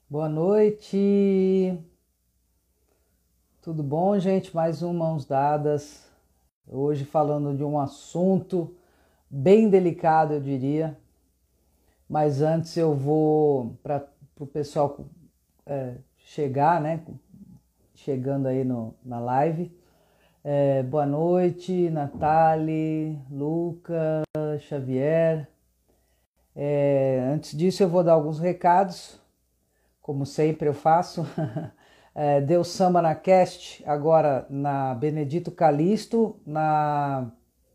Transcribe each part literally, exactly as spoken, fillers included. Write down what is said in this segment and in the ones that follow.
Boa noite, tudo bom, gente? Mais um Mãos Dadas. Hoje falando de um assunto bem delicado, eu diria. Mas antes eu vou para o pessoal é, chegar, né? Chegando aí no, na live. É, boa noite, Nathalie, Luca, Xavier. É, antes disso eu vou dar alguns recados, como sempre eu faço. É, deu samba na cast, agora na Benedito Calixto, na,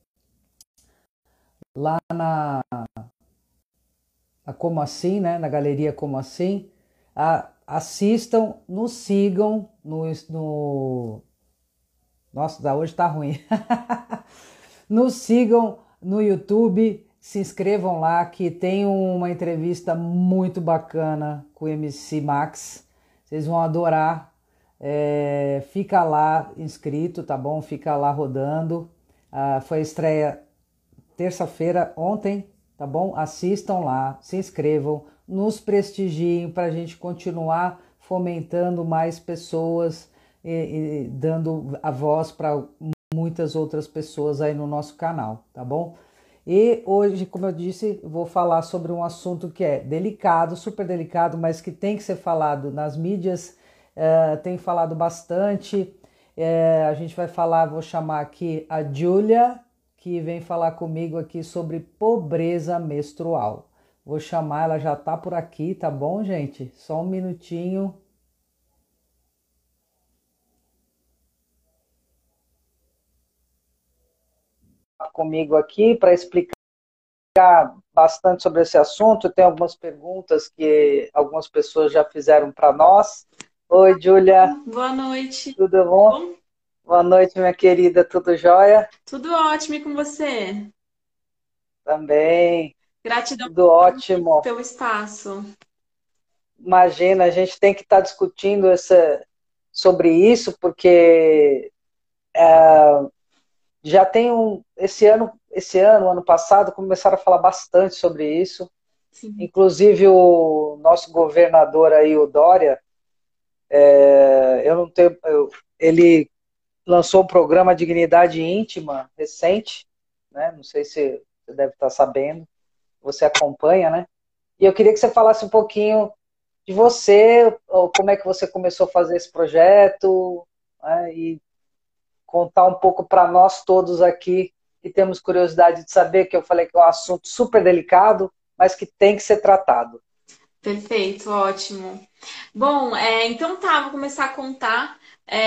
lá na, na Como Assim, né? Na galeria Como Assim. A, assistam, nos sigam no, no. Nossa, hoje tá ruim. Nos sigam no YouTube, se inscrevam lá que tem uma entrevista muito bacana com o M C Max. Vocês vão adorar. É, fica lá inscrito, tá bom? Fica lá rodando. Ah, foi a estreia terça-feira, ontem, tá bom? Assistam lá, se inscrevam, nos prestigiem para a gente continuar fomentando mais pessoas e, e dando a voz para muitas outras pessoas aí no nosso canal, tá bom? E hoje, como eu disse, vou falar sobre um assunto que é delicado, super delicado, mas que tem que ser falado nas mídias, uh, tem falado bastante. Uh, a gente vai falar, vou chamar aqui a Júlia, que vem falar comigo aqui sobre pobreza menstrual. Vou chamar, ela já tá por aqui, tá bom, gente? Só um minutinho. Comigo aqui para explicar bastante sobre esse assunto. Tem algumas perguntas que algumas pessoas já fizeram para nós. Oi, Júlia. Boa noite. Tudo bom? Bom, Boa noite, minha querida. Tudo jóia? tudo ótimo e com você? Também. Gratidão Tudo ótimo. pelo espaço. Imagina, a gente tem que estar tá discutindo essa, sobre isso, porque é, já tem um. Esse ano, esse ano, ano passado, começaram a falar bastante sobre isso. Sim. Inclusive o nosso governador aí, o Dória, é, eu não tenho, eu, ele lançou um programa Dignidade Íntima recente, né? Não sei se você deve estar sabendo, você acompanha, né? E eu queria que você falasse um pouquinho de você, como é que você começou a fazer esse projeto, né? E contar um pouco para nós todos aqui que temos curiosidade de saber, que eu falei que é um assunto super delicado, mas que tem que ser tratado. Perfeito, ótimo. Bom, é, então tá, vou começar a contar.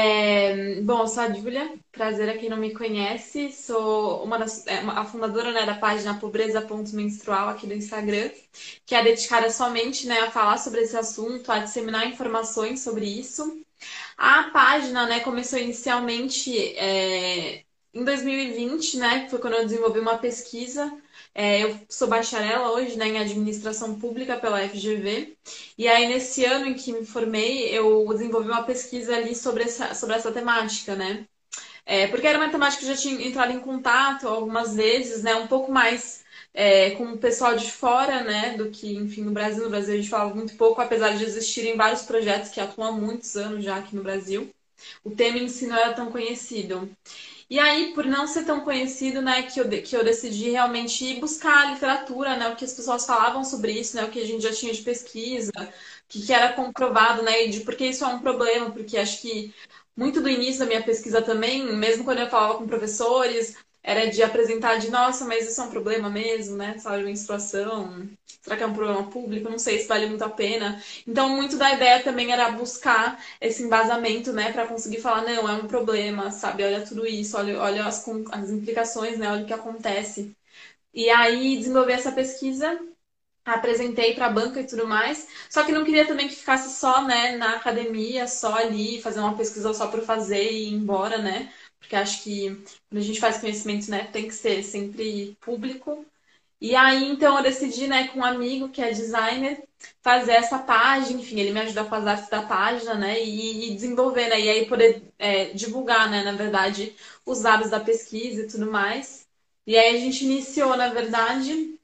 É, bom, eu sou a Júlia, prazer a quem não me conhece. Sou uma das, é, a fundadora, né, da página Pobreza Ponto Menstrual aqui do Instagram, que é dedicada somente, né, a falar sobre esse assunto, a disseminar informações sobre isso. A página, né, começou inicialmente é, em dois mil e vinte, né, que foi quando eu desenvolvi uma pesquisa. É, eu sou bacharela hoje, né, em administração pública pela F G V. E aí, nesse ano em que me formei, eu desenvolvi uma pesquisa ali sobre essa, sobre essa temática, né? É, porque era uma temática que eu já tinha entrado em contato algumas vezes, né? Um pouco mais é, com o pessoal de fora, né? Do que, enfim, no Brasil. No Brasil a gente fala muito pouco, apesar de existirem vários projetos que atuam há muitos anos já aqui no Brasil. O tema em si não era tão conhecido. E aí, por não ser tão conhecido, né, que eu, que eu decidi realmente ir buscar a literatura, né, o que as pessoas falavam sobre isso, né, o que a gente já tinha de pesquisa, o que, que era comprovado, né, e de por que isso é um problema, porque acho que muito do início da minha pesquisa também, mesmo quando eu falava com professores, era de apresentar de, nossa, mas isso é um problema mesmo, né, salário de menstruação, será que é um problema público? Não sei se vale muito a pena. Então, muito da ideia também era buscar esse embasamento, né, para conseguir falar, não, é um problema, sabe? Olha tudo isso, olha, olha as, as implicações, né? Olha o que acontece. E aí desenvolvi essa pesquisa, apresentei para a banca e tudo mais, só que não queria também que ficasse só, né, na academia, só ali, fazer uma pesquisa só por fazer e ir embora, né? Porque acho que quando a gente faz conhecimento, né, tem que ser sempre público. E aí, então, eu decidi, né, com um amigo que é designer, fazer essa página, enfim, ele me ajuda a fazer a arte da página, né, e, e desenvolver, né, e aí poder é, divulgar, né, na verdade, os dados da pesquisa e tudo mais. E aí a gente iniciou, na verdade,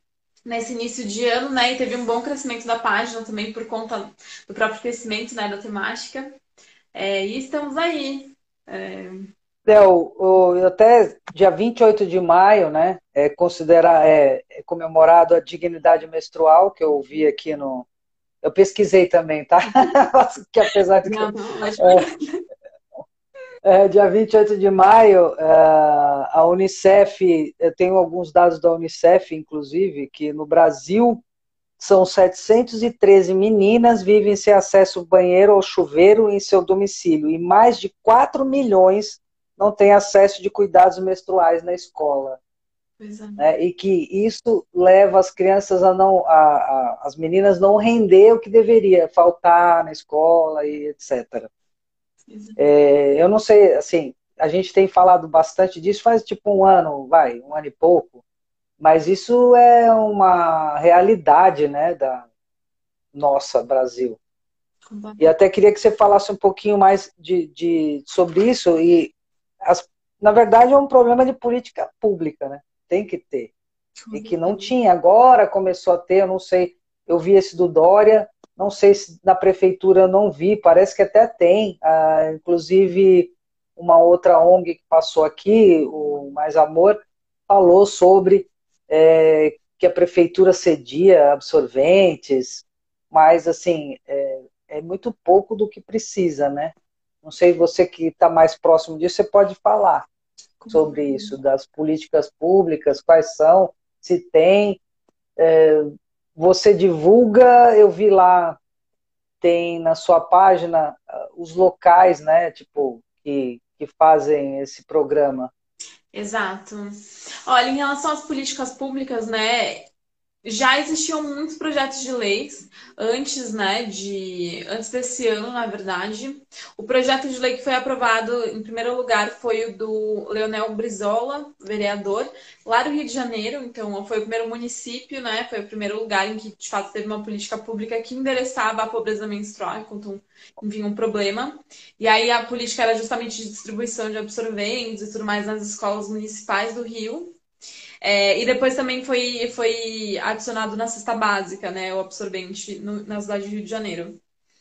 nesse início de ano, né? E teve um bom crescimento da página também por conta do próprio crescimento, né, da temática. É, e estamos aí. É, É, o, o- até dia vinte e oito de maio, né, é, considera, é, é comemorado a dignidade menstrual, que eu vi aqui no... Eu pesquisei também, tá? Que apesar de que não, eu, não, ótimo. é, dia vinte e oito de maio, é, a Unicef, eu tenho alguns dados da Unicef, inclusive, que no Brasil são setecentas e treze meninas vivem sem acesso ao banheiro ou chuveiro em seu domicílio e mais de quatro milhões não têm acesso de cuidados menstruais na escola. Pois é. Né? E que isso leva as crianças a não, a, a, as meninas não render o que deveria, faltar na escola e etcétera. Pois é. É, eu não sei, assim, a gente tem falado bastante disso faz tipo um ano, vai, um ano e pouco, mas isso é uma realidade, né, da nossa Brasil. E até queria que você falasse um pouquinho mais de, de, sobre isso. E, as, na verdade, é um problema de política pública, né? Tem que ter. Com E que não certeza. tinha. Agora começou a ter, eu não sei. Eu vi esse do Dória, não sei se na prefeitura eu não vi, parece que até tem. Ah, inclusive, uma outra O N G que passou aqui, o Mais Amor, falou sobre é, que a prefeitura cedia absorventes, mas, assim, é, é muito pouco do que precisa, né? Não sei, você que está mais próximo disso, você pode falar Com sobre certeza. isso, das políticas públicas, quais são, se tem. Você divulga, eu vi lá, tem na sua página os locais, né, tipo, que, que fazem esse programa. Exato. Olha, em relação às políticas públicas, né? Já existiam muitos projetos de leis antes, né, de antes desse ano, na verdade. O projeto de lei que foi aprovado em primeiro lugar foi o do Leonel Brizola, vereador, lá do Rio de Janeiro. Então, foi o primeiro município, né, foi o primeiro lugar em que de fato teve uma política pública que endereçava a pobreza menstrual enquanto, enfim, um problema. E aí a política era justamente de distribuição de absorventes e tudo mais nas escolas municipais do Rio. É, e depois também foi, foi adicionado na cesta básica, né, o absorvente no- na cidade do Rio de Janeiro.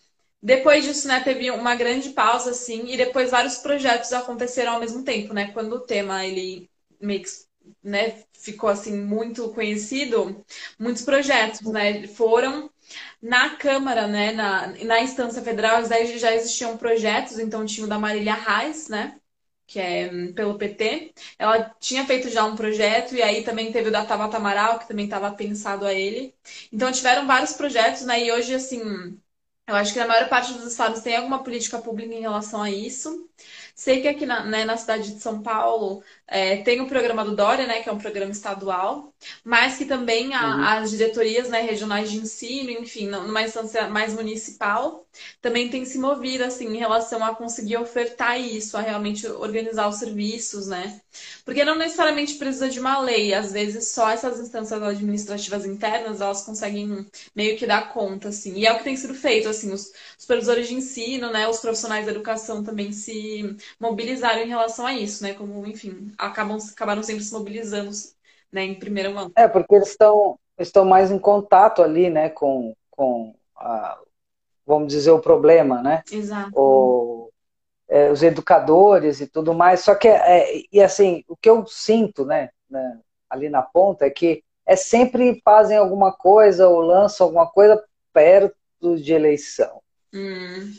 Depois disso, né, teve uma grande pausa, assim, e depois vários projetos aconteceram ao mesmo tempo, né? Quando o tema, ele meio que, né, ficou, assim, muito conhecido, muitos projetos, né, foram na Câmara, né, na, na instância federal, já já existiam projetos, então tinha o da Marília Reis, né, que é hum, pelo P T. Ela tinha feito já um projeto, e aí também teve o da Tabata Amaral, que também estava pensado a ele. Então tiveram vários projetos, né? E hoje, assim, eu acho que na maior parte dos estados tem alguma política pública em relação a isso. Sei que aqui na, né, na cidade de São Paulo é, tem o programa do Dória, né, que é um programa estadual, mas que também Uhum. a- as diretorias, né, regionais de ensino, enfim, numa instância mais municipal, também tem se movido assim em relação a conseguir ofertar isso, a realmente organizar os serviços, né? Porque não necessariamente precisa de uma lei, às vezes só essas instâncias administrativas internas elas conseguem meio que dar conta, assim. E é o que tem sido feito, assim, os supervisores de ensino, né, os profissionais da educação também se mobilizaram em relação a isso, né? Como, enfim, acabam, acabaram sempre se mobilizando, né, em primeira mão. É, porque eles estão estão mais em contato ali, né, com, com a, vamos dizer, o problema, né? Exato. O, é, os educadores e tudo mais. Só que, é, e assim, o que eu sinto, né, né, ali na ponta é que é sempre fazem alguma coisa ou lançam alguma coisa perto de eleição, Hum,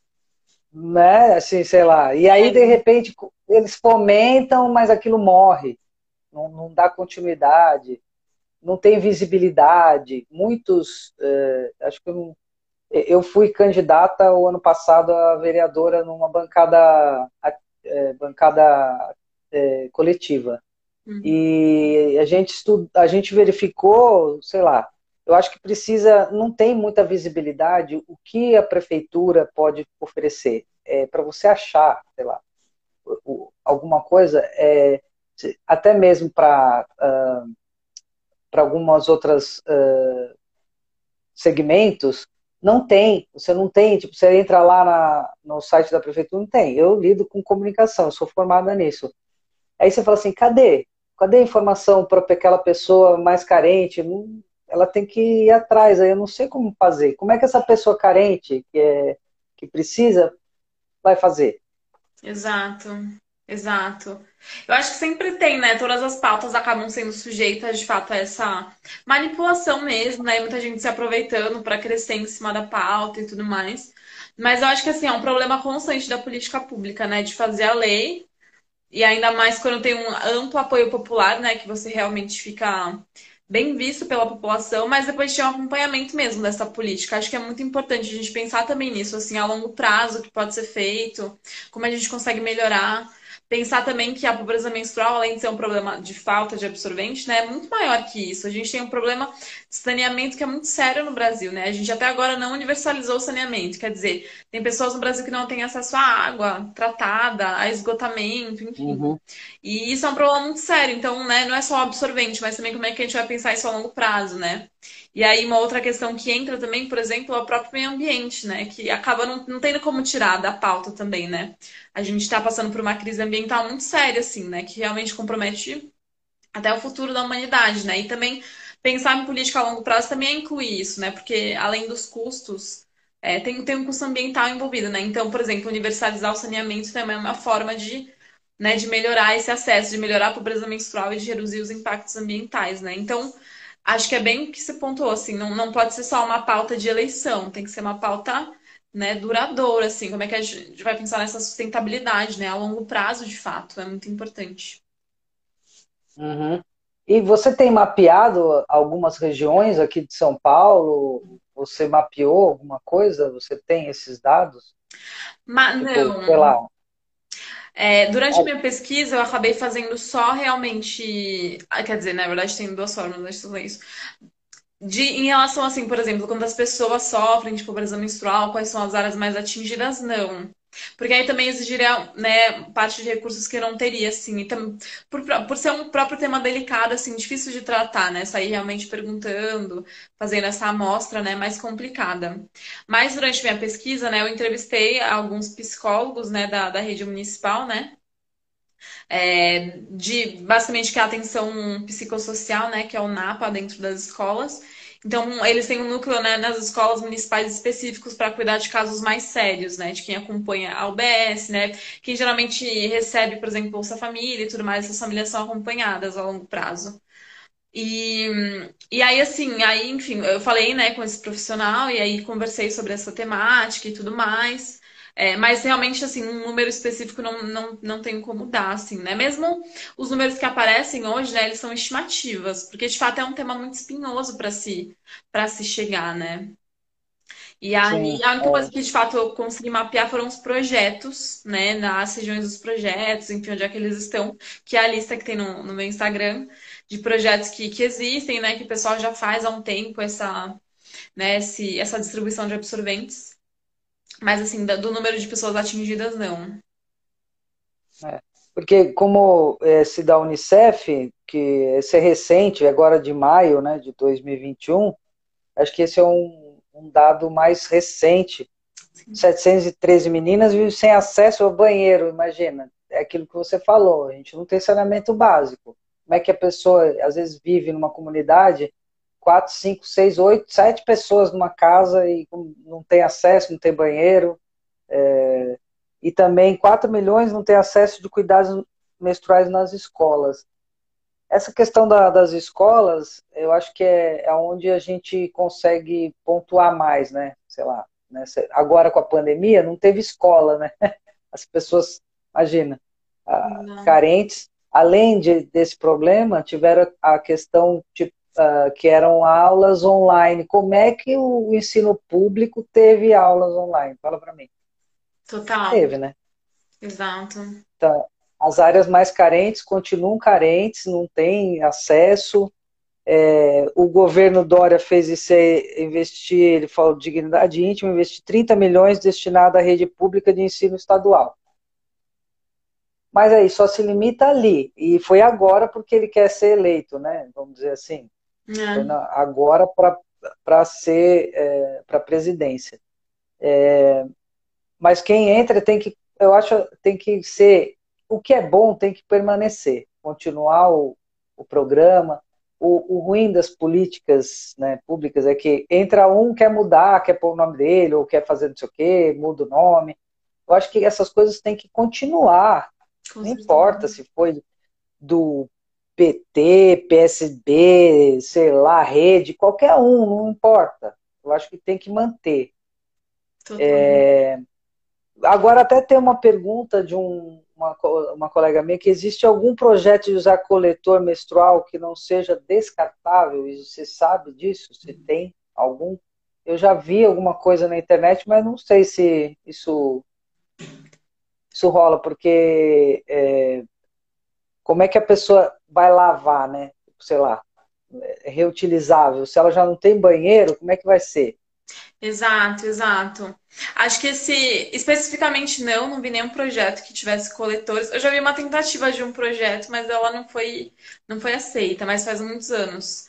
né? Assim, sei lá. E aí, de é, repente, eles fomentam, mas aquilo morre, não, não dá continuidade, não tem visibilidade. Muitos, é, acho que eu não eu fui candidata o ano passado a vereadora numa bancada, é, bancada é, coletiva. hum, E a gente, estu, a gente verificou, sei lá, eu acho que precisa, não tem muita visibilidade o que a prefeitura pode oferecer. É, para você achar, sei lá, o, alguma coisa, é, até mesmo para uh, para algumas outras uh, segmentos, não tem, você não tem, tipo, você entra lá na, no site da prefeitura, não tem. Eu lido com comunicação, eu sou formada nisso. Aí você fala assim, cadê? Cadê a informação para aquela pessoa mais carente? Não, ela tem que ir atrás, aí eu não sei como fazer. Como é que essa pessoa carente, que, é, que precisa, vai fazer? Exato, exato. Eu acho que sempre tem, né? Todas as pautas acabam sendo sujeitas, de fato, a essa manipulação mesmo, né? Muita gente se aproveitando para crescer em cima da pauta e tudo mais. Mas eu acho que, assim, é um problema constante da política pública, né? De fazer a lei, e ainda mais quando tem um amplo apoio popular, né? Que você realmente fica bem visto pela população, mas depois tinha um acompanhamento mesmo dessa política. Acho que é muito importante a gente pensar também nisso, assim, a longo prazo, o que pode ser feito, como a gente consegue melhorar. Pensar também que a pobreza menstrual, além de ser um problema de falta de absorvente, né, é muito maior que isso. A gente tem um problema de saneamento que é muito sério no Brasil, né? A gente até agora não universalizou o saneamento. Quer dizer, tem pessoas no Brasil que não têm acesso à água tratada, a esgotamento, enfim. Uhum, E isso é um problema muito sério. Então, né, não é só o absorvente, mas também como é que a gente vai pensar isso a longo prazo, né? E aí, uma outra questão que entra também, por exemplo, é o próprio meio ambiente, né? Que acaba não, não tendo como tirar da pauta também, né? A gente está passando por uma crise ambiental muito séria, assim, né? Que realmente compromete até o futuro da humanidade, né? E também pensar em política a longo prazo também é incluir isso, né? Porque além dos custos, é, tem, tem um custo ambiental envolvido, né? Então, por exemplo, universalizar o saneamento também é uma forma de, né, de melhorar esse acesso, de melhorar a pobreza menstrual e de reduzir os impactos ambientais, né? Então, acho que é bem o que você pontuou, assim, não, não pode ser só uma pauta de eleição, tem que ser uma pauta, né, duradoura, assim, como é que a gente vai pensar nessa sustentabilidade, né, a longo prazo, de fato, é muito importante. uhum. E você tem mapeado algumas regiões aqui de São Paulo? Você mapeou alguma coisa? Você tem esses dados? Mas Tipo, sei não, lá. é, durante a minha pesquisa eu acabei fazendo só realmente, ah, quer dizer, na verdade tem duas formas, deixa eu fazer isso. De, em relação assim, por exemplo, quando as pessoas sofrem de pobreza menstrual, quais são as áreas mais atingidas? Não. Porque aí também exigiria, né, parte de recursos que eu não teria, assim. E tam, por, por ser um próprio tema delicado, assim, difícil de tratar, né? Sair realmente perguntando, fazendo essa amostra, né, mais complicada. Mas durante minha pesquisa, né, eu entrevistei alguns psicólogos, né, da, da rede municipal, né? É, de basicamente que é a atenção psicossocial, né, que é o NAPA dentro das escolas. Então, eles têm um núcleo, né, nas escolas municipais específicos para cuidar de casos mais sérios, né, de quem acompanha a U B S, né, quem geralmente recebe, por exemplo, Bolsa Família e tudo mais, essas famílias são acompanhadas a longo prazo. E, e aí, assim, aí, enfim, eu falei, né, com esse profissional e aí conversei sobre essa temática e tudo mais. É, mas realmente, assim, um número específico não, não, não tem como dar, assim, né? Mesmo os números que aparecem hoje, né, eles são estimativas, porque de fato é um tema muito espinhoso para se, para se chegar, né? E aí, Sim, a única coisa é, que de fato eu consegui mapear foram os projetos, né? Nas regiões dos projetos, enfim, onde é que eles estão, que é a lista que tem no, no meu Instagram, de projetos que, que existem, né? Que o pessoal já faz há um tempo essa, né, esse, essa distribuição de absorventes. Mas assim, da- do número de pessoas atingidas, não. é. Porque como esse da Unicef, que esse é recente, agora de maio, né, de dois mil e vinte e um, acho que esse é um, um dado mais recente. setecentas e treze meninas vivem sem acesso ao banheiro, imagina. É aquilo que você falou, a gente não tem saneamento básico. Como é que a pessoa, às vezes, vive numa comunidade, quatro, cinco, seis, oito, sete pessoas numa casa e não tem acesso, não tem banheiro. É, e também quatro milhões não têm acesso de cuidados menstruais nas escolas. Essa questão da, das escolas, eu acho que é, é onde a gente consegue pontuar mais, né? Sei lá, né? Agora com a pandemia não teve escola, né? As pessoas, imagina, ah, Não. carentes, além de, desse problema, tiveram a questão de, ah, que eram aulas online. Como é que o ensino público teve aulas online? Fala para mim. Total. Teve, né? Exato. Então, as áreas mais carentes continuam carentes, não têm acesso. É, o governo Dória fez isso, é, investir, ele falou dignidade íntima, investir trinta milhões destinado à rede pública de ensino estadual. Mas aí só se limita ali. E foi agora porque ele quer ser eleito, né? Vamos dizer assim. Foi É. na, agora para ser é, para a presidência. Mas quem entra tem que, eu acho, tem que ser o que é bom tem que permanecer, continuar o, o programa. o, o ruim das políticas, né, públicas é que entra um, quer mudar, quer pôr o nome dele, ou quer fazer não sei o quê, muda o nome. Eu acho que essas coisas têm que continuar. Com Não certeza. importa se foi do P T, P S B, sei lá, Rede, qualquer um, não importa. Eu acho que tem que manter. Totalmente. Agora até tem uma pergunta de um, uma, uma colega minha, que existe algum projeto de usar coletor menstrual que não seja descartável? E você sabe disso? Se tem algum? Eu já vi alguma coisa na internet, mas não sei se isso, isso rola, porque é, como é que a pessoa vai lavar, né? Sei lá, é reutilizável. Se ela já não tem banheiro, como é que vai ser? Exato, exato. Acho que esse, especificamente não, não vi nenhum projeto que tivesse coletores. Eu já vi uma tentativa de um projeto, mas ela não foi, não foi aceita, mas faz muitos anos.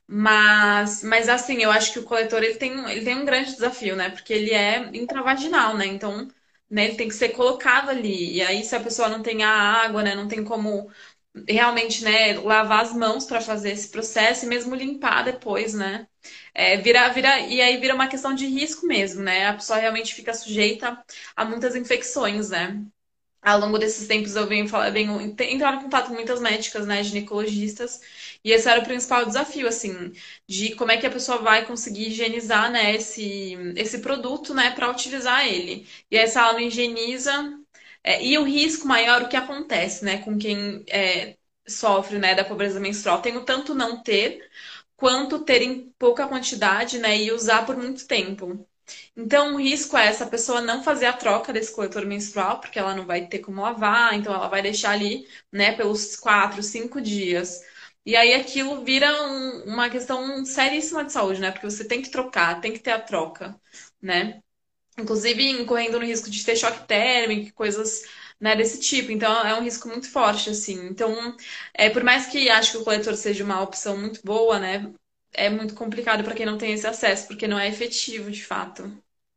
Mas, mas assim, eu acho que o coletor ele tem, um- ele tem um grande desafio, né? Porque ele é intravaginal, né? Então, né, ele tem que ser colocado ali. E aí, se a pessoa não tem a água, né, não tem como realmente, né, lavar as mãos para fazer esse processo e mesmo limpar depois, né? É, vira, vira, e aí vira uma questão de risco mesmo, né? A pessoa realmente fica sujeita a muitas infecções, né? Ao longo desses tempos eu venho, falar- venho ent- entrar em contato com muitas médicas, né, ginecologistas, e esse era o principal desafio, assim, de como é que a pessoa vai conseguir higienizar, né, esse, esse produto, né, para utilizar ele. E aí, se ela não higieniza, é, e o risco maior, o que acontece, né, com quem é, sofre, né, da pobreza menstrual, tem o tanto não ter, quanto ter em pouca quantidade, né, e usar por muito tempo. Então, o risco é essa pessoa não fazer a troca desse coletor menstrual, porque ela não vai ter como lavar, então ela vai deixar ali, né, pelos quatro, cinco dias. E aí aquilo vira um- uma questão seríssima de saúde, né? Porque você tem que trocar, tem que ter a troca, né? Inclusive incorrendo no risco de ter choque térmico, coisas, né, desse tipo. Então é um risco muito forte, assim. Então, é, por mais que acho que o coletor seja uma opção muito boa, né? É muito complicado para quem não tem esse acesso, porque não é efetivo, de fato.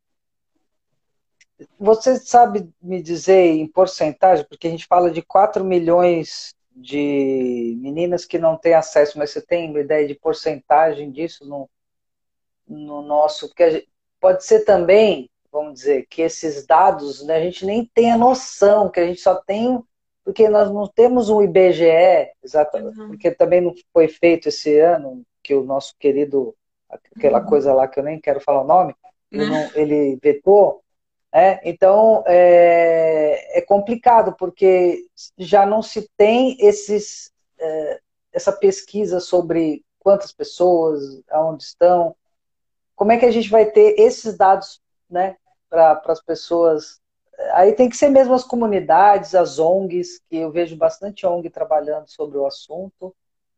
Você sabe me dizer em porcentagem, porque a gente fala de quatro milhões de meninas que não têm acesso, mas você tem uma ideia de porcentagem disso no, no nosso? Porque a gente, pode ser também, vamos dizer, que esses dados, né, a gente nem tem a noção, que a gente só tem, porque nós não temos um I B G E, exato, Uhum. porque também não foi feito esse ano, que o nosso querido, aquela coisa lá que eu nem quero falar o nome, ele, Né? não, ele vetou. É, então é, é complicado porque já não se tem esses, é, essa pesquisa sobre quantas pessoas, aonde estão, como é que a gente vai ter esses dados, né, para as pessoas. Aí tem que ser mesmo as comunidades, as O N Gs, que eu vejo bastante O N G trabalhando sobre o assunto.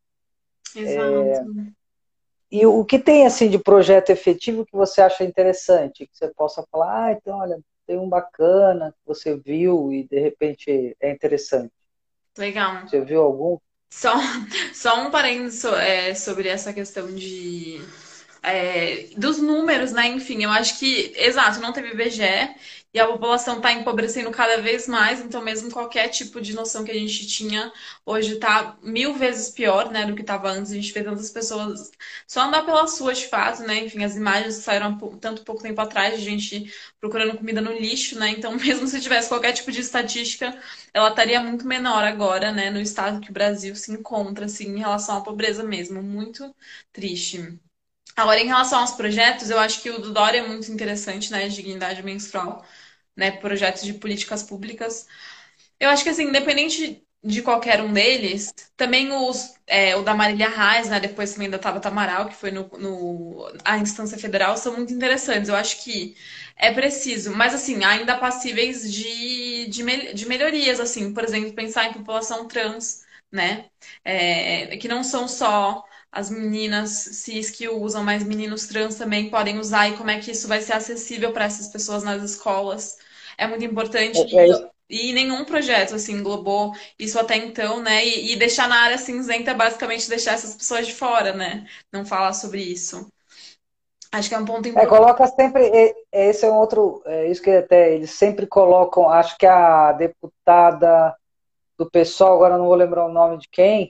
Exato. E o que tem assim de projeto efetivo que você acha interessante, que você possa falar, ah, então olha, tem um bacana que você viu e de repente é interessante. Legal. Você viu algum? Só, só um parênteses so- é, sobre essa questão de é, dos números, né? Enfim, eu acho que, exato, não teve I B G E e a população está empobrecendo cada vez mais, então mesmo qualquer tipo de noção que a gente tinha hoje está mil vezes pior, né, do que estava antes. A gente vê tantas pessoas só andar pelas ruas de fato, né? Enfim, as imagens saíram há pou- tanto pouco tempo atrás de gente procurando comida no lixo, né? Então, mesmo se tivesse qualquer tipo de estatística, ela estaria muito menor agora, né, no estado que o Brasil se encontra, assim, em relação à pobreza mesmo. Muito triste. Agora, em relação aos projetos, eu acho que o do Dória é muito interessante, né? Dignidade menstrual, né? Projetos de políticas públicas. Eu acho que, assim, independente de qualquer um deles, também os, é, o da Marília Reis, né? Depois também da Tabata Amaral, que foi no, no, a instância federal, são muito interessantes. Eu acho que é preciso, mas, assim, ainda passíveis de, de, mel- de melhorias, assim. Por exemplo, pensar em população trans, né? É, que não são só as meninas cis que usam, mas meninos trans também podem usar e como é que isso vai ser acessível para essas pessoas nas escolas. É muito importante É, é, e, e nenhum projeto assim englobou isso até então, né? E, e deixar na área cinzenta é basicamente deixar essas pessoas de fora, né? Não falar sobre isso. Acho que é um ponto é, importante. coloca sempre, é, é, esse é um outro, é isso que até eles sempre colocam, acho que a deputada do pessoal, agora não vou lembrar o nome de quem,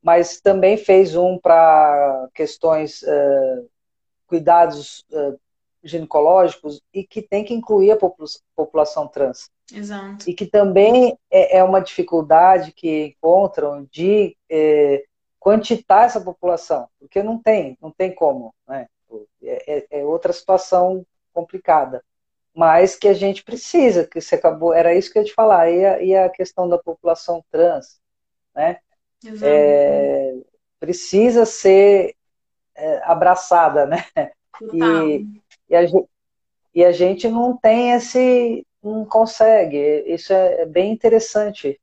mas também fez um para questões, uh, cuidados uh, ginecológicos, e que tem que incluir a popula população trans. Exato. E que também é, é uma dificuldade que encontram de é, quantitar essa população, porque não tem, não tem como, né? É, é outra situação complicada, mas que a gente precisa, que você acabou, era isso que eu ia te falar, e a, e a questão da população trans, né? Exato. É, precisa ser é, abraçada, né? Total. E, e, a, e a gente não tem esse, não consegue, isso é, é bem interessante.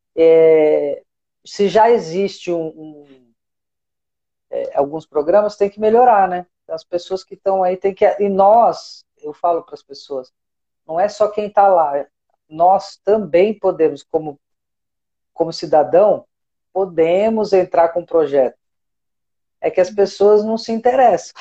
É, se já existe um, um, é, alguns programas, tem que melhorar, né? As pessoas que estão aí tem que. E nós, eu falo para as pessoas, não é só quem está lá, nós também podemos, como, como cidadão, podemos entrar com um projeto. É que as pessoas não se interessam,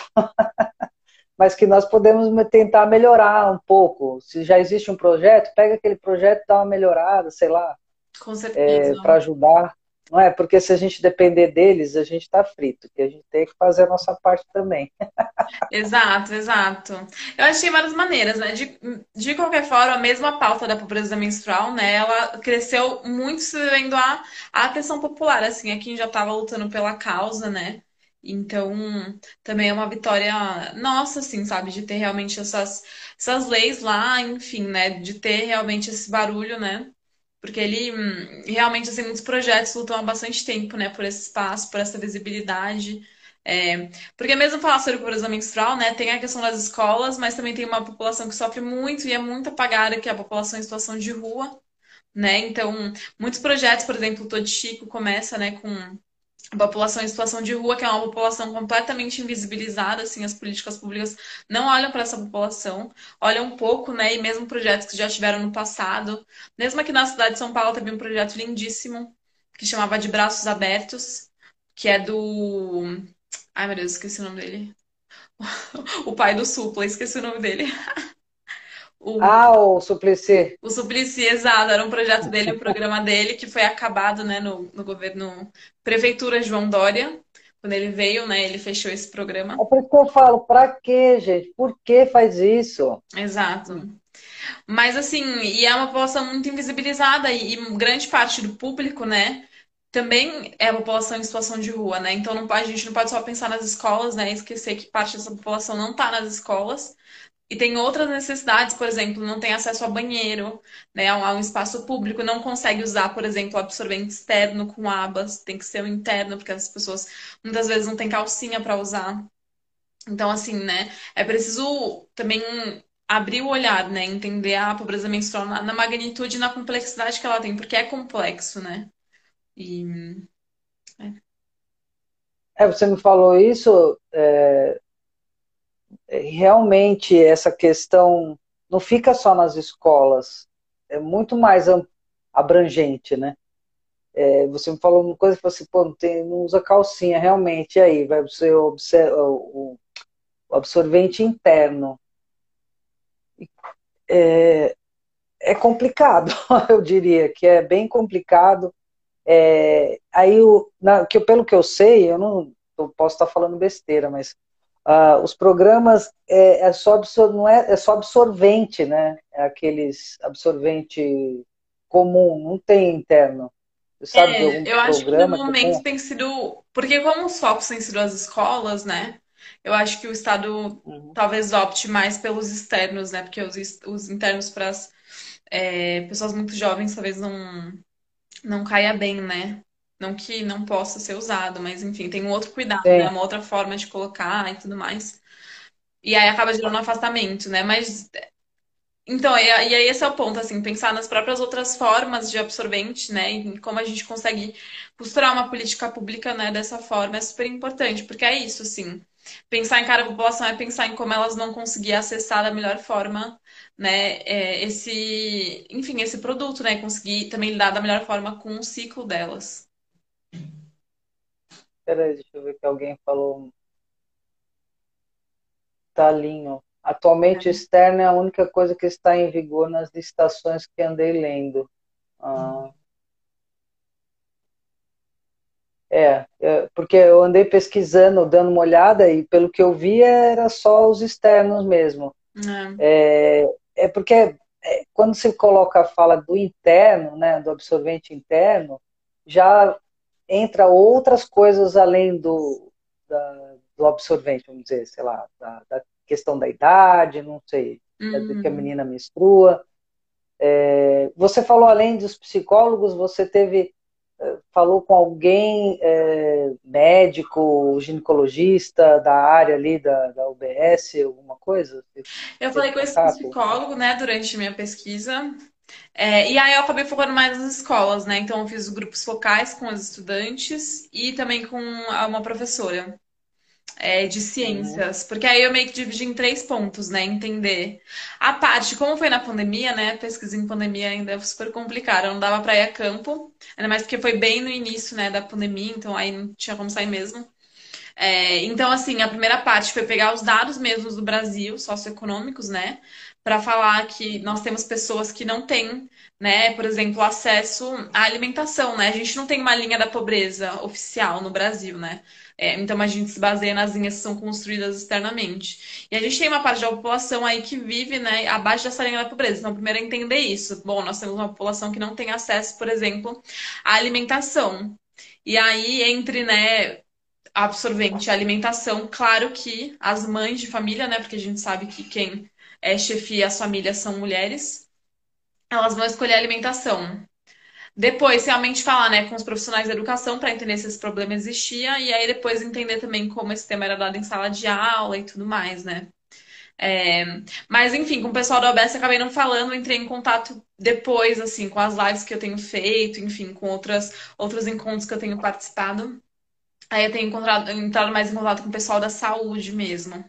mas que nós podemos tentar melhorar um pouco. Se já existe um projeto, pega aquele projeto e dá uma melhorada, sei lá, Com certeza. para ajudar. Não é? Porque se a gente depender deles, a gente está frito, que a gente tem que fazer a nossa parte também. Exato, exato. Eu achei várias maneiras, né? De, de qualquer forma, a mesma pauta da pobreza menstrual, né? Ela cresceu muito se devendo à, à atenção popular, assim, a quem já estava lutando pela causa, né? Então, também é uma vitória nossa, assim, sabe? De ter realmente essas, essas leis lá, enfim, né? De ter realmente esse barulho, né? Porque ele hum, realmente, assim, muitos projetos lutam há bastante tempo, né? Por esse espaço, por essa visibilidade. É, porque mesmo falar sobre pobreza menstrual, né, tem a questão das escolas, mas também tem uma população que sofre muito e é muito apagada, que é a população em situação de rua, né? Então, muitos projetos, por exemplo, o Tô de Chico começa, né, com a população em situação de rua, que é uma população completamente invisibilizada, assim, as políticas públicas não olham para essa população, olham um pouco, né, e mesmo projetos que já tiveram no passado. Mesmo aqui na cidade de São Paulo teve um projeto lindíssimo que chamava De Braços Abertos, que é do Ai, meu Deus, esqueci o nome dele. O pai do Supla, esqueci o nome dele. O, Ah, o Suplicy. o Suplicy, exato, era um projeto dele, um programa dele, que foi acabado, né, no, no governo Prefeitura João Dória. Quando ele veio, né, ele fechou esse programa. É por isso que eu falo, para quê, gente? Por que faz isso? Exato. Mas assim, e é uma população muito invisibilizada e, e grande parte do público, né, também é a população em situação de rua, né? Então não, a gente não pode só pensar nas escolas, né, e esquecer que parte dessa população não está nas escolas. E tem outras necessidades, por exemplo, não tem acesso a banheiro, né, a um, a um espaço público, não consegue usar, por exemplo, absorvente externo com abas, tem que ser o interno, porque as pessoas muitas vezes não têm calcinha para usar. Então, assim, né, é preciso também abrir o olhar, né, entender a pobreza menstrual na, na magnitude e na complexidade que ela tem, porque é complexo, né? E é, É, você me falou isso, é, realmente essa questão não fica só nas escolas, é muito mais abrangente, né? É, você me falou uma coisa, falou assim, pô, não, tem, não usa calcinha, realmente, e aí, vai ser o, o, o absorvente interno. É, é complicado, eu diria, que é bem complicado. É, aí, o, na, que, pelo que eu sei, eu não eu posso estar falando besteira, mas ah, os programas é, é, só absor, não é, é só absorvente, né? É aqueles absorvente comum, não tem interno. Você sabe de algum eu acho que no programa que momento tenha? tem sido. Porque, como os focos têm sido as escolas, né? Eu acho que o Estado Uhum. talvez opte mais pelos externos, né? Porque os, ex- os internos para as pessoas muito jovens talvez não, não caia bem, né? Não que não possa ser usado, mas enfim, tem um outro cuidado, né? Sim, Uma outra forma de colocar e tudo mais. E aí acaba gerando um afastamento, né? Mas então, e e aí esse é o ponto, assim, pensar nas próprias outras formas de absorvente, né, e como a gente consegue costurar uma política pública, né, dessa forma é super importante, porque é isso, assim, pensar em cada população é pensar em como elas vão conseguir acessar da melhor forma, né, é, esse, enfim, esse produto, né, conseguir também lidar da melhor forma com o ciclo delas. peraí, deixa eu ver que alguém falou talinho. Atualmente, o externo é a única coisa que está em vigor nas licitações que andei lendo. Ah, É, é, porque eu andei pesquisando, dando uma olhada, e pelo que eu vi era só os externos mesmo. É. É, é porque é, quando você coloca a fala do interno, né, do absorvente interno, já entra outras coisas além do, da- do absorvente, vamos dizer, sei lá, da, da questão da idade, não sei, é que a Uhum. menina menstrua. É, você falou além dos psicólogos, você teve falou com alguém, é, médico, ginecologista da área ali da, da U B S, alguma coisa? Você Eu teve falei com esse contato? psicólogo, né, durante a minha pesquisa. É, e aí eu acabei focando mais nas escolas, né? Então eu fiz grupos focais com os estudantes e também com uma professora. É, de Uhum. ciências, porque aí eu meio que dividi em três pontos, né? Entender a parte, como foi na pandemia, né? Pesquisa em pandemia ainda é super complicada, não dava pra ir a campo, ainda mais porque foi bem no início, né, da pandemia, então aí não tinha como sair mesmo. É, então, assim, a primeira parte foi pegar os dados mesmos do Brasil, socioeconômicos, né? Para falar que nós temos pessoas que não têm, né, por exemplo, acesso à alimentação, né? A gente não tem uma linha da pobreza oficial no Brasil, né? É, então a gente se baseia nas linhas que são construídas externamente. E a gente tem uma parte da população aí que vive, né, abaixo dessa linha da pobreza. Então, primeiro é entender isso. Bom, nós temos uma população que não tem acesso, por exemplo, à alimentação. E aí, entre, né, absorvente, a alimentação, claro que as mães de família, né? Porque a gente sabe que quem é, chefia as famílias são mulheres, elas vão escolher a alimentação. Depois, realmente falar, né, com os profissionais da educação para entender se esse problema existia, e aí depois entender também como esse tema era dado em sala de aula e tudo mais, né? É, mas, enfim, com o pessoal da O B S eu acabei não falando, entrei em contato depois, assim, com as lives que eu tenho feito, enfim, com outras, outros encontros que eu tenho participado. Aí eu tenho encontrado, entrado mais em contato com o pessoal da saúde mesmo.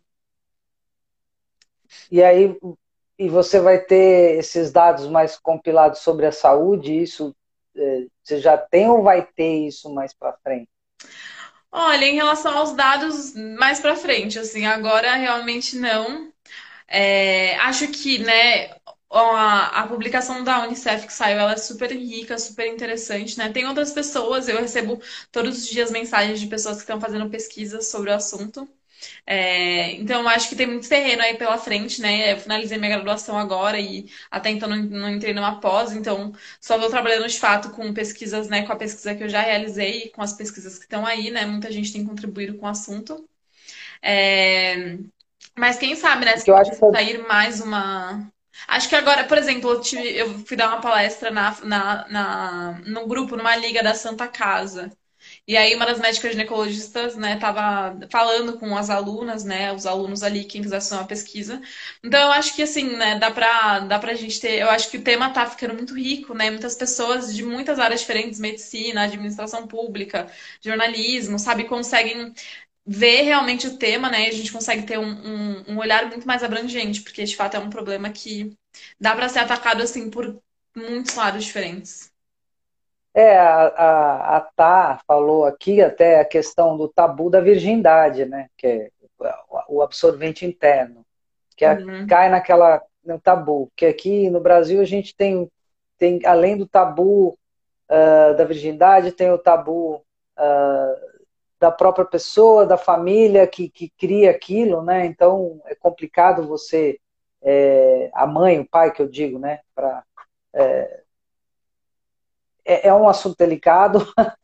E aí, e você vai ter esses dados mais compilados sobre a saúde, isso é, você já tem ou vai ter isso mais para frente? Olha, em relação aos dados, mais pra frente, assim, agora realmente não. É, acho que, né, a, a publicação da Unicef que saiu, ela é super rica, super interessante, né? Tem outras pessoas, eu recebo todos os dias mensagens de pessoas que estão fazendo pesquisas sobre o assunto. É, então, eu acho que tem muito terreno aí pela frente, né? Eu finalizei minha graduação agora e até então não, não entrei numa pós, então só vou trabalhando de fato com pesquisas, né? Com a pesquisa que eu já realizei e com as pesquisas que estão aí, né? Muita gente tem contribuído com o assunto. É, mas quem sabe, né? Se Porque eu acho pode que sair mais uma. Acho que agora, por exemplo, eu, tive- eu fui dar uma palestra na, na, na, num grupo, numa liga da Santa Casa. E aí uma das médicas ginecologistas, né, tava falando com as alunas, né, os alunos ali, quem quisesse fazer uma pesquisa. Então eu acho que assim, né, dá pra, dá pra gente ter, eu acho que o tema tá ficando muito rico, né, muitas pessoas de muitas áreas diferentes, medicina, administração pública, jornalismo, sabe, conseguem ver realmente o tema, né, e a gente consegue ter um, um, um olhar muito mais abrangente, porque de fato é um problema que dá pra ser atacado assim por muitos lados diferentes. é, a, a, a Tá falou aqui até a questão do tabu da virgindade, né? Que é o absorvente interno, que é, Uhum. cai naquela no tabu, que aqui no Brasil a gente tem, tem além do tabu uh, da virgindade, tem o tabu uh, da própria pessoa, da família que, que cria aquilo, né? Então é complicado você, é, a mãe, o pai que eu digo, né? Pra, é, é um assunto delicado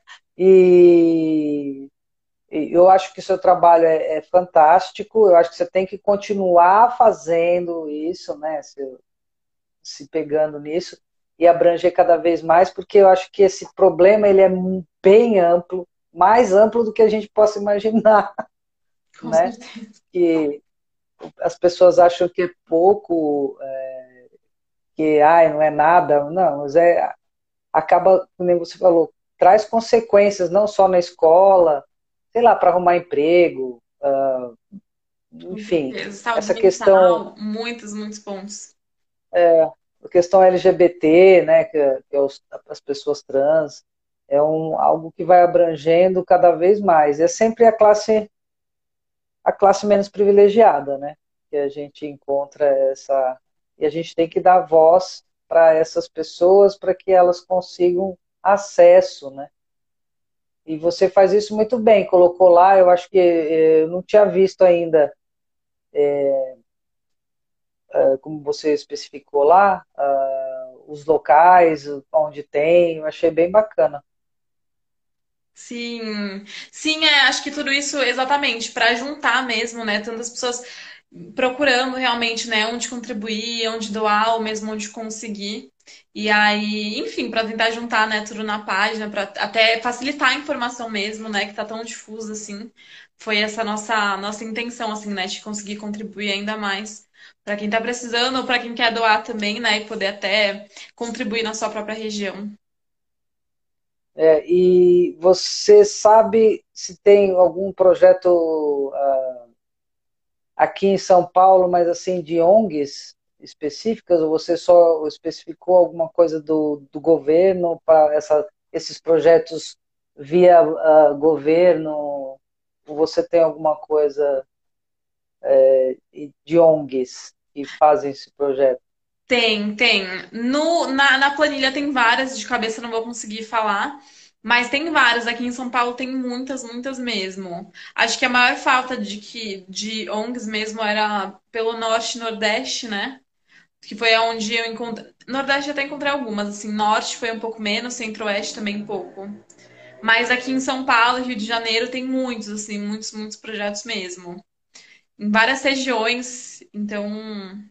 e eu acho que o seu trabalho é, é, fantástico, eu acho que você tem que continuar fazendo isso, né? Se, se pegando nisso e abranger cada vez mais, porque eu acho que esse problema ele é bem amplo, mais amplo do que a gente possa imaginar, Com né? certeza. Que as pessoas acham que é pouco, que ai, não é nada, não, mas é acaba, como você falou, traz consequências não só na escola, sei lá, para arrumar emprego, uh, Com enfim, certeza. Saúde essa questão, mental, muitos, muitos pontos. a questão L G B T, né, que, é, que é os, as pessoas trans, é um, algo que vai abrangendo cada vez mais. É sempre a classe a classe menos privilegiada, né, que a gente encontra essa e a gente tem que dar voz para essas pessoas para que elas consigam acesso, né? E você faz isso muito bem, colocou lá, eu acho que eh, eu não tinha visto ainda, eh, como você especificou lá, ah, os locais, onde tem, eu achei bem bacana. Sim, sim, é, acho que tudo isso exatamente para juntar mesmo, né? Tantas pessoas procurando realmente, né, onde contribuir, onde doar, ou mesmo onde conseguir. E aí, enfim, para tentar juntar, né, tudo na página, para até facilitar a informação mesmo, né, que tá tão difusa assim. Foi essa nossa nossa intenção assim, né, de conseguir contribuir ainda mais para quem tá precisando ou para quem quer doar também, né, e poder até contribuir na sua própria região. É, e você sabe se tem algum projeto ah, aqui em São Paulo, mas assim, de O N Gs específicas, ou você só especificou alguma coisa do, do governo para essa, esses projetos via ah, governo? Ou você tem alguma coisa de O N Gs que fazem esse projeto? Tem, tem. No, na, na planilha tem várias, de cabeça eu não vou conseguir falar, mas tem várias. Aqui em São Paulo tem muitas, muitas mesmo. Acho que a maior falta de que de O N Gs mesmo era pelo Norte e Nordeste, né? Que foi onde eu encontrei. Nordeste até encontrei algumas, assim, Norte foi um pouco menos, Centro-Oeste também um pouco. Mas aqui em São Paulo, Rio de Janeiro, tem muitos, assim, muitos, muitos projetos mesmo. Em várias regiões, então.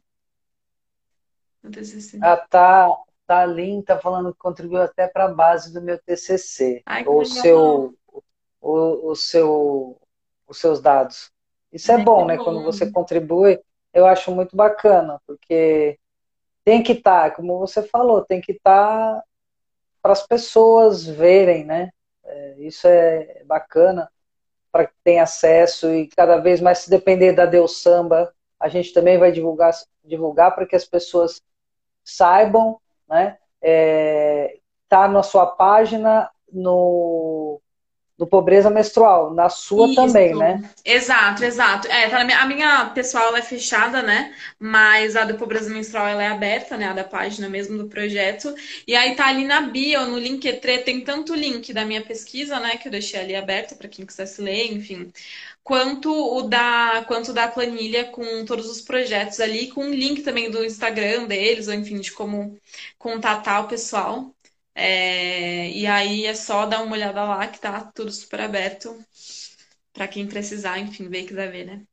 No T C C. Ah, tá, tá ali, tá falando que contribuiu até para a base do meu T C C, Ai, que ou o legal. seu, o, o seu, os seus dados. Isso é Ai, que bom, né? Quando você bom. contribui, eu acho muito bacana, porque tem que estar, como você falou, tem que estar para as pessoas verem, né? É, isso é bacana para que tenha acesso e cada vez mais, se depender da Deus Samba, a gente também vai divulgar, divulgar para que as pessoas saibam, né? É, tá na sua página no, no Pobreza Menstrual, na sua também, Isso, né? exato, exato. É, tá na minha, a minha pessoal ela é fechada, né? Mas a do Pobreza Menstrual ela é aberta, né? A da página mesmo do projeto. E aí tá ali na bio, no Linktree, tem tanto o link da minha pesquisa, né? Que eu deixei ali aberto para quem quisesse ler, enfim. Quanto o da, quanto da planilha com todos os projetos ali, com o link também do Instagram deles, ou enfim, de como contatar o pessoal. É, e aí é só dar uma olhada lá que tá tudo super aberto para quem precisar, enfim, ver e quiser ver, né?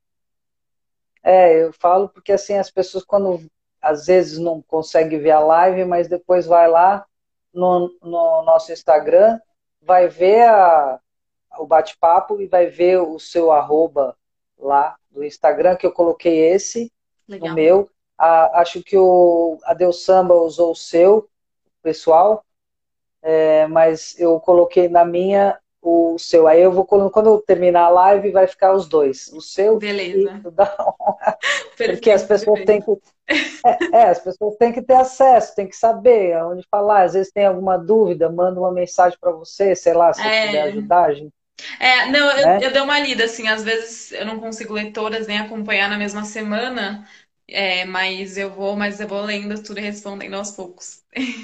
É, eu falo porque assim as pessoas quando às vezes não conseguem ver a live, mas depois vai lá no, no nosso Instagram, vai ver a, o bate-papo e vai ver o seu arroba lá do Instagram, que eu coloquei esse no Legal. meu. A, acho que o Adeus Samba usou o seu, pessoal, é, mas eu coloquei na minha o seu. Aí eu vou colocando, quando eu terminar a live, vai ficar os dois, o seu e Beleza. o da. Porque as Perfeito, pessoas têm perfeito. que. É, é, as pessoas têm que ter acesso, têm que saber aonde falar. Às vezes tem alguma dúvida, manda uma mensagem para você, sei lá, se eu puder É, ajudar, a gente, é, não, eu, né? eu dei uma lida, assim, às vezes eu não consigo ler todas nem acompanhar na mesma semana, é, mas eu vou, mas eu vou lendo tudo e respondendo aos poucos.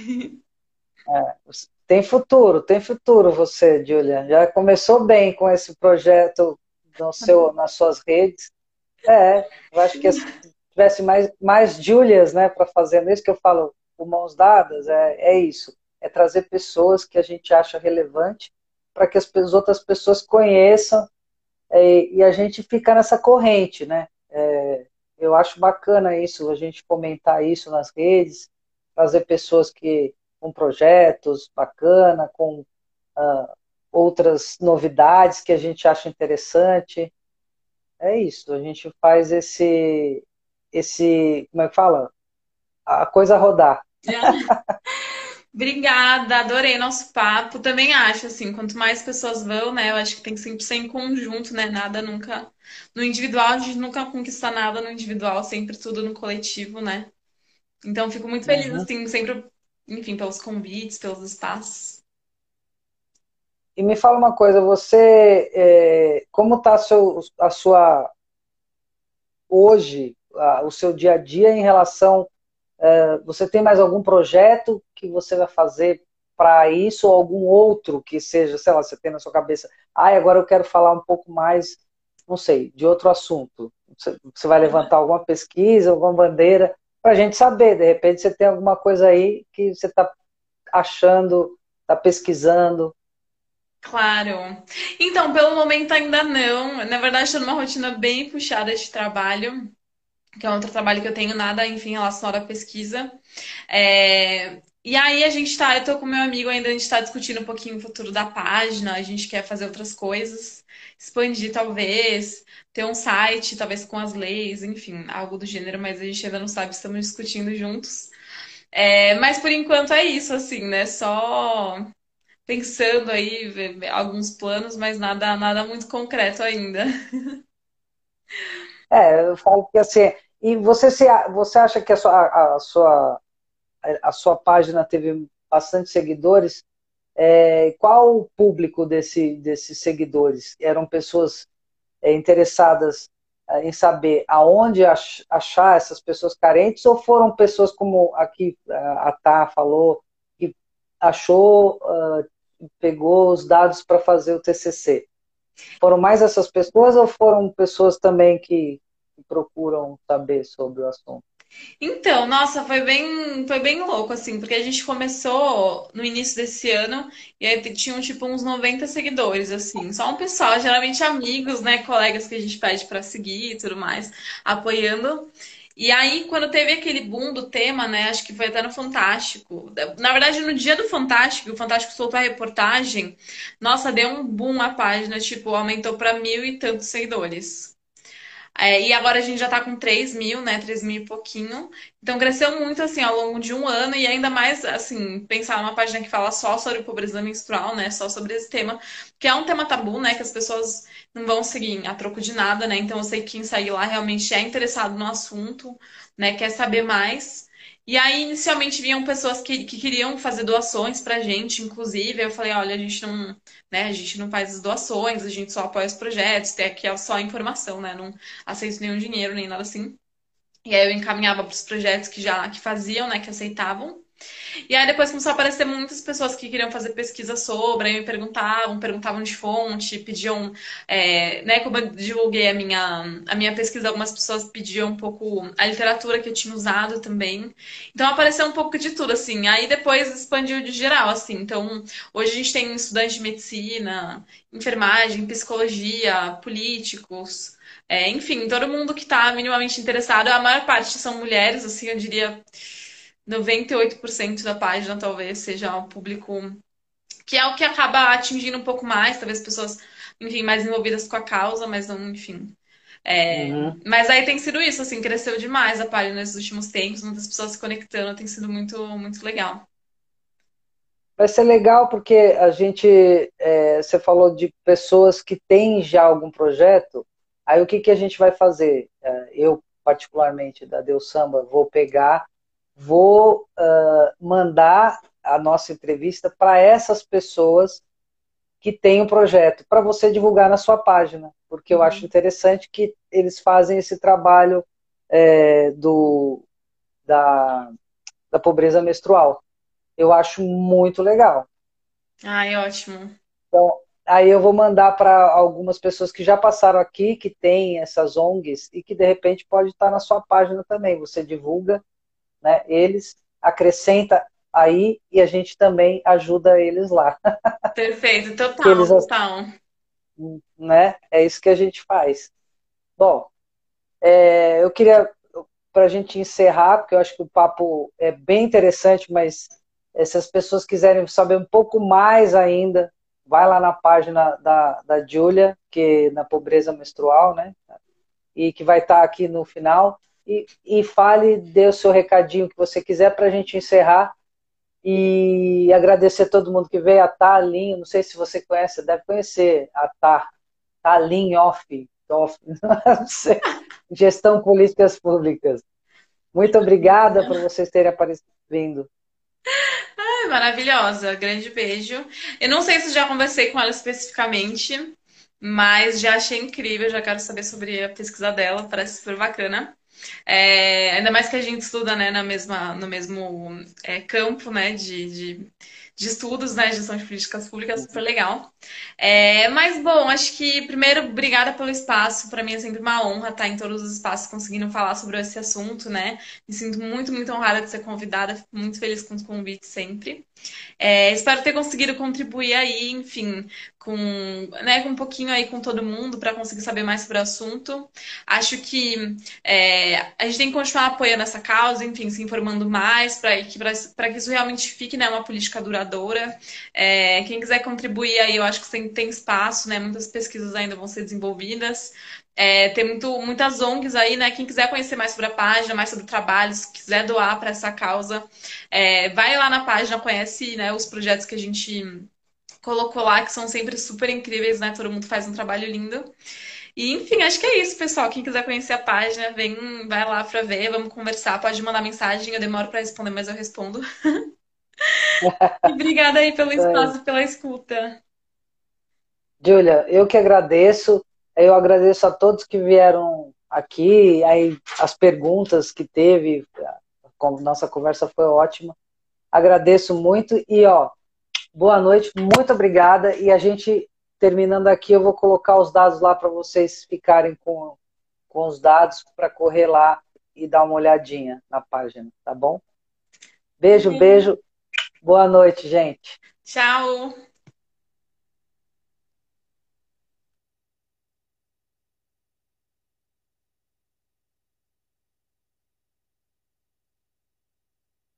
Tem futuro, tem futuro você, Julia. Já começou bem com esse projeto no seu, nas suas redes. É, eu acho que se tivesse mais, mais Julias, né, para fazer isso que eu falo, com mãos dadas, é, é isso. É trazer pessoas que a gente acha relevante para que as, as outras pessoas conheçam é, e a gente fica nessa corrente, né? É, eu acho bacana isso, a gente comentar isso nas redes, trazer pessoas que com projetos bacana, com ah, outras novidades que a gente acha interessante. É isso, a gente faz esse, esse, como é que fala? A coisa rodar. Obrigada, adorei nosso papo. Também acho, assim, quanto mais pessoas vão, né? Eu acho que tem que sempre ser em conjunto, né? Nada nunca. No individual, a gente nunca conquista nada no individual, sempre tudo no coletivo, né? Então, fico muito feliz, Uhum. assim, sempre, enfim, pelos convites, pelos espaços. E me fala uma coisa, você, é, como está a, seu, a sua, hoje, a, o seu dia a dia em relação, é, você tem mais algum projeto que você vai fazer para isso ou algum outro que seja, sei lá, você tem na sua cabeça, ah, agora eu quero falar um pouco mais, não sei, de outro assunto. Você, você vai levantar alguma pesquisa, alguma bandeira, para a gente saber, de repente você tem alguma coisa aí que você está achando, está pesquisando. Claro. Então, pelo momento ainda não. Na verdade, estou numa rotina bem puxada de trabalho, que é outro trabalho que eu tenho nada, enfim, relacionado à pesquisa. É, E aí a gente tá, eu tô com meu amigo ainda, a gente tá discutindo um pouquinho o futuro da página, a gente quer fazer outras coisas, expandir talvez, ter um site, talvez com as leis, enfim, algo do gênero, mas a gente ainda não sabe, estamos discutindo juntos. É, mas por enquanto é isso, assim, né? Só pensando aí, ver- ver alguns planos, mas nada, nada muito concreto ainda. É, eu falo que assim, e você, se, você acha que a sua, a, a sua, a sua página teve bastante seguidores? É, qual o público desse, desses seguidores? Eram pessoas é, interessadas é, em saber aonde ach, achar essas pessoas carentes ou foram pessoas como aqui a Tá falou, que achou, uh, pegou os dados para fazer o T C C? Foram mais essas pessoas ou foram pessoas também que, que procuram saber sobre o assunto? Então, nossa, foi bem, foi bem louco, assim, porque a gente começou no início desse ano e aí tinham, tipo, uns noventa seguidores, assim. Só um pessoal, geralmente amigos, né, colegas que a gente pede pra seguir e tudo mais, apoiando. E aí, quando teve aquele boom do tema, né, acho que foi até no Fantástico. Na verdade, no dia do Fantástico, o Fantástico soltou a reportagem, nossa, deu um boom a página, tipo, aumentou pra mil e tantos seguidores. É, e agora a gente já tá com três mil, né? Três mil e pouquinho. Então cresceu muito, assim, ao longo de um ano. E ainda mais, assim, pensar numa página que fala só sobre pobreza menstrual, né? Só sobre esse tema. Que é um tema tabu, né? Que as pessoas não vão seguir a troco de nada, né? Então eu sei que quem segue lá realmente é interessado no assunto, né? Quer saber mais. E aí, inicialmente, vinham pessoas que, que queriam fazer doações pra gente, inclusive. Eu falei, olha, a gente não, né, a gente não faz as doações, a gente só apoia os projetos, tem aqui só a informação, né? Não aceito nenhum dinheiro, nem nada assim. E aí eu encaminhava para os projetos que já que faziam, né, que aceitavam. E aí depois começou a aparecer muitas pessoas que queriam fazer pesquisa sobre, aí me perguntavam, perguntavam de fonte, pediam, é, né, como eu divulguei a minha, a minha pesquisa, algumas pessoas pediam um pouco a literatura que eu tinha usado também. Então apareceu um pouco de tudo, assim. Aí depois expandiu de geral, assim. Então hoje a gente tem estudantes de medicina, enfermagem, psicologia, políticos. É, enfim, todo mundo que está minimamente interessado, a maior parte são mulheres, assim, eu diria noventa e oito por cento da página talvez seja o público que é o que acaba atingindo um pouco mais, talvez pessoas, enfim, mais envolvidas com a causa, mas não, enfim. É, Uhum. mas aí tem sido isso, assim, cresceu demais a página nesses últimos tempos, muitas pessoas se conectando, tem sido muito, muito legal. Vai ser legal porque a gente, é, você falou de pessoas que têm já algum projeto, aí o que, que a gente vai fazer? É, eu, particularmente, da Deus Samba, vou pegar, vou uh, mandar a nossa entrevista para essas pessoas que têm um projeto, para você divulgar na sua página, porque eu acho Uhum. interessante que eles fazem esse trabalho é, do, da, da pobreza menstrual. Eu acho muito legal. Ai, ótimo. Então, aí eu vou mandar para algumas pessoas que já passaram aqui, que têm essas O N Gs e que de repente pode estar na sua página também. Você divulga, né, eles, acrescenta aí e a gente também ajuda eles lá. Perfeito, Que total, eles, total. né, é isso que a gente faz. Bom, é, eu queria, para a gente encerrar, porque eu acho que o papo é bem interessante, mas é, se as pessoas quiserem saber um pouco mais ainda, vai lá na página da, da Júlia, que na pobreza menstrual, né? E que vai estar aqui no final. E, e fale, dê o seu recadinho que você quiser para a gente encerrar. E agradecer a todo mundo que veio, a Thalin, não sei se você conhece, deve conhecer a Tá, Thalin Off, Off, não sei, Gestão Políticas Públicas. Muito obrigada por vocês terem aparecido vindo. Ai, maravilhosa, grande beijo. Eu não sei se já conversei com ela especificamente, mas já achei incrível, já quero saber sobre a pesquisa dela, parece super bacana. É, ainda mais que a gente estuda, né, na mesma, no mesmo é, campo, né, de, de de estudos, né? Gestão de políticas públicas, super legal. É, mas, bom, acho que, primeiro, obrigada pelo espaço. Para mim é sempre uma honra estar em todos os espaços conseguindo falar sobre esse assunto, né? Me sinto muito, muito honrada de ser convidada. Fico muito feliz com os convites sempre. É, espero ter conseguido contribuir aí, enfim, com, né, com um pouquinho aí com todo mundo para conseguir saber mais sobre o assunto. Acho que é, a gente tem que continuar apoiando essa causa, enfim, se informando mais para que, para que isso realmente fique, né, uma política duradoura. É, quem quiser contribuir aí, eu acho que tem, tem espaço, né? Muitas pesquisas ainda vão ser desenvolvidas. É, tem muito, muitas O N Gs aí, né? Quem quiser conhecer mais sobre a página, mais sobre o trabalho, se quiser doar para essa causa, é, vai lá na página, conhece, né, os projetos que a gente colocou lá, que são sempre super incríveis, né? Todo mundo faz um trabalho lindo. E, enfim, acho que é isso, pessoal. Quem quiser conhecer a página, vem, vai lá pra ver, vamos conversar. Pode mandar mensagem, eu demoro pra responder, mas eu respondo. E obrigada aí pelo espaço e pela escuta. Júlia, eu que agradeço. Eu agradeço a todos que vieram aqui, aí as perguntas que teve, como nossa conversa foi ótima. Agradeço muito e ó, boa noite, muito obrigada. E a gente terminando aqui, eu vou colocar os dados lá para vocês ficarem com, com os dados para correr lá e dar uma olhadinha na página, tá bom? Beijo, Sim. beijo. Boa noite, gente. Tchau.